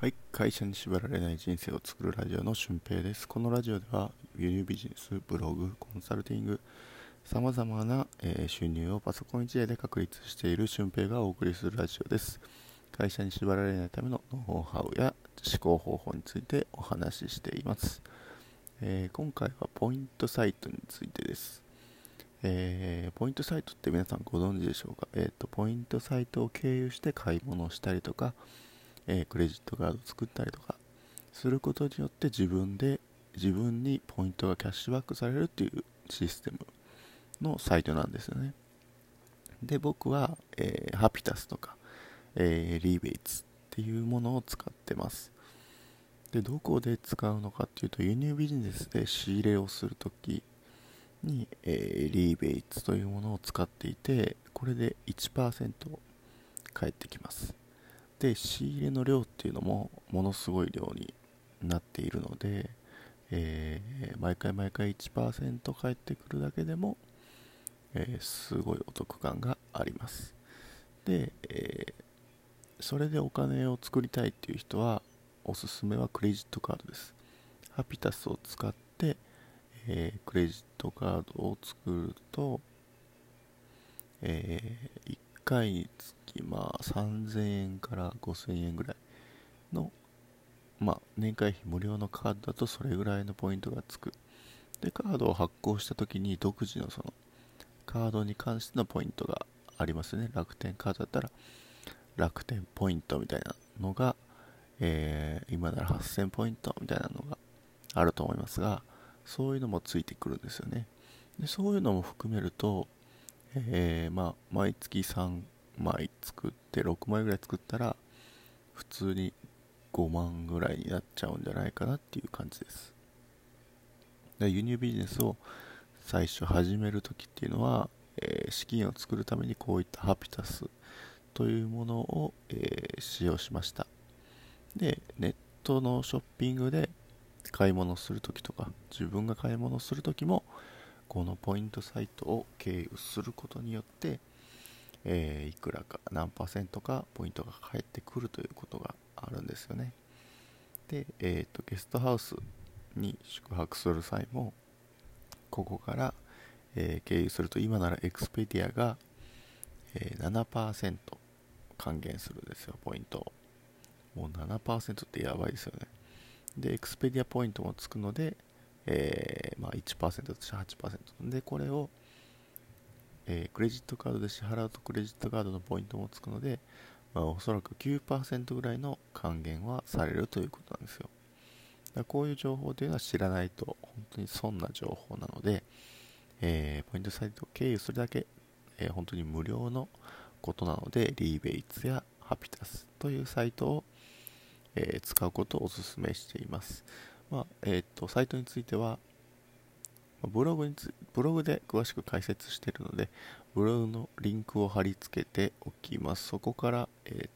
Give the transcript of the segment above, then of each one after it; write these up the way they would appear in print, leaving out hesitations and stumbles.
はい、会社に縛られない人生を作るラジオの俊平です。このラジオでは輸入ビジネス、ブログ、コンサルティング、さまざまな、収入をパソコン一台で確立している俊平がお送りするラジオです。会社に縛られないためのノウハウや思考方法についてお話ししています。今回はポイントサイトについてです。ポイントサイトって皆さんご存知でしょうか？ポイントサイトを経由して買い物をしたりとか、クレジットカードを作ったりとかすることによって自分にポイントがキャッシュバックされるっていうシステムのサイトなんですよね。で、僕は、ハピタスとか、リーベイツっていうものを使ってます。で、どこで使うのかっていうと、輸入ビジネスで仕入れをするときに、リーベイツというものを使っていて、これで 1% 返ってきます。で、仕入れの量っていうのもものすごい量になっているので、毎回毎回 1% 返ってくるだけでも、すごいお得感があります。で、それでお金を作りたいっていう人はおすすめはクレジットカードです。ハピタスを使って、クレジットカードを作ると、1回につき3000円から5000円ぐらいの、年会費無料のカードだとそれぐらいのポイントがつく。で、カードを発行した時に独自のそのカードに関してのポイントがありますね。楽天カードだったら楽天ポイントみたいなのが、今なら8000ポイントみたいなのがあると思いますが、そういうのもついてくるんですよね。で、そういうのも含めると、毎月3枚作って6枚ぐらい作ったら普通に5万ぐらいになっちゃうんじゃないかなっていう感じです。で、輸入ビジネスを最初始めるときっていうのは、資金を作るためにこういったハピタスというものを、使用しました。で、ネットのショッピングで買い物するときとか、自分が買い物するときもこのポイントサイトを経由することによって、いくらか何パーセントかポイントが返ってくるということがあるんですよね。で、ゲストハウスに宿泊する際もここから、経由すると今ならエクスペディアが、7% 還元するんですよ、ポイントを。もう 7% ってやばいですよね。で、エクスペディアポイントもつくので、1% として 8% で、これを、クレジットカードで支払うとクレジットカードのポイントもつくので、おそらく 9% ぐらいの還元はされるということなんですよ。だからこういう情報というのは知らないと本当に損な情報なので、ポイントサイトを経由するだけ、本当に無料のことなので、リーベイツやハピタスというサイトを、使うことをお勧めしています。サイトについてはブログで詳しく解説しているので、ブログのリンクを貼り付けておきます。そこから、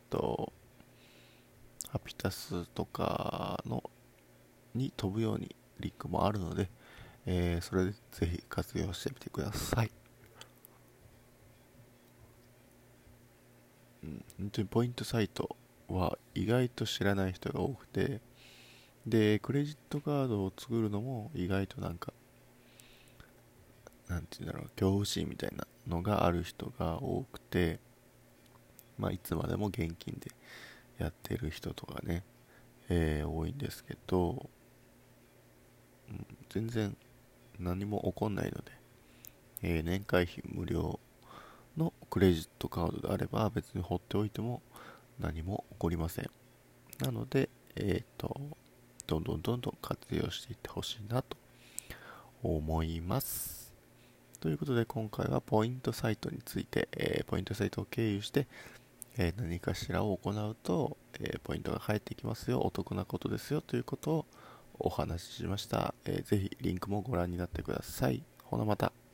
ハピタスとかに飛ぶようにリンクもあるので、それでぜひ活用してみてください。本当にポイントサイトは意外と知らない人が多くて、で、クレジットカードを作るのも意外と恐怖心みたいなのがある人が多くて、いつまでも現金でやってる人とかね、多いんですけど、全然何も起こんないので、年会費無料のクレジットカードであれば別に放っておいても何も起こりません。なので、どんどん活用していってほしいなと思います。ということで今回はポイントサイトについて、ポイントサイトを経由して、何かしらを行うと、ポイントが返ってきますよ、お得なことですよということをお話ししました。ぜひリンクもご覧になってください。ほなまた。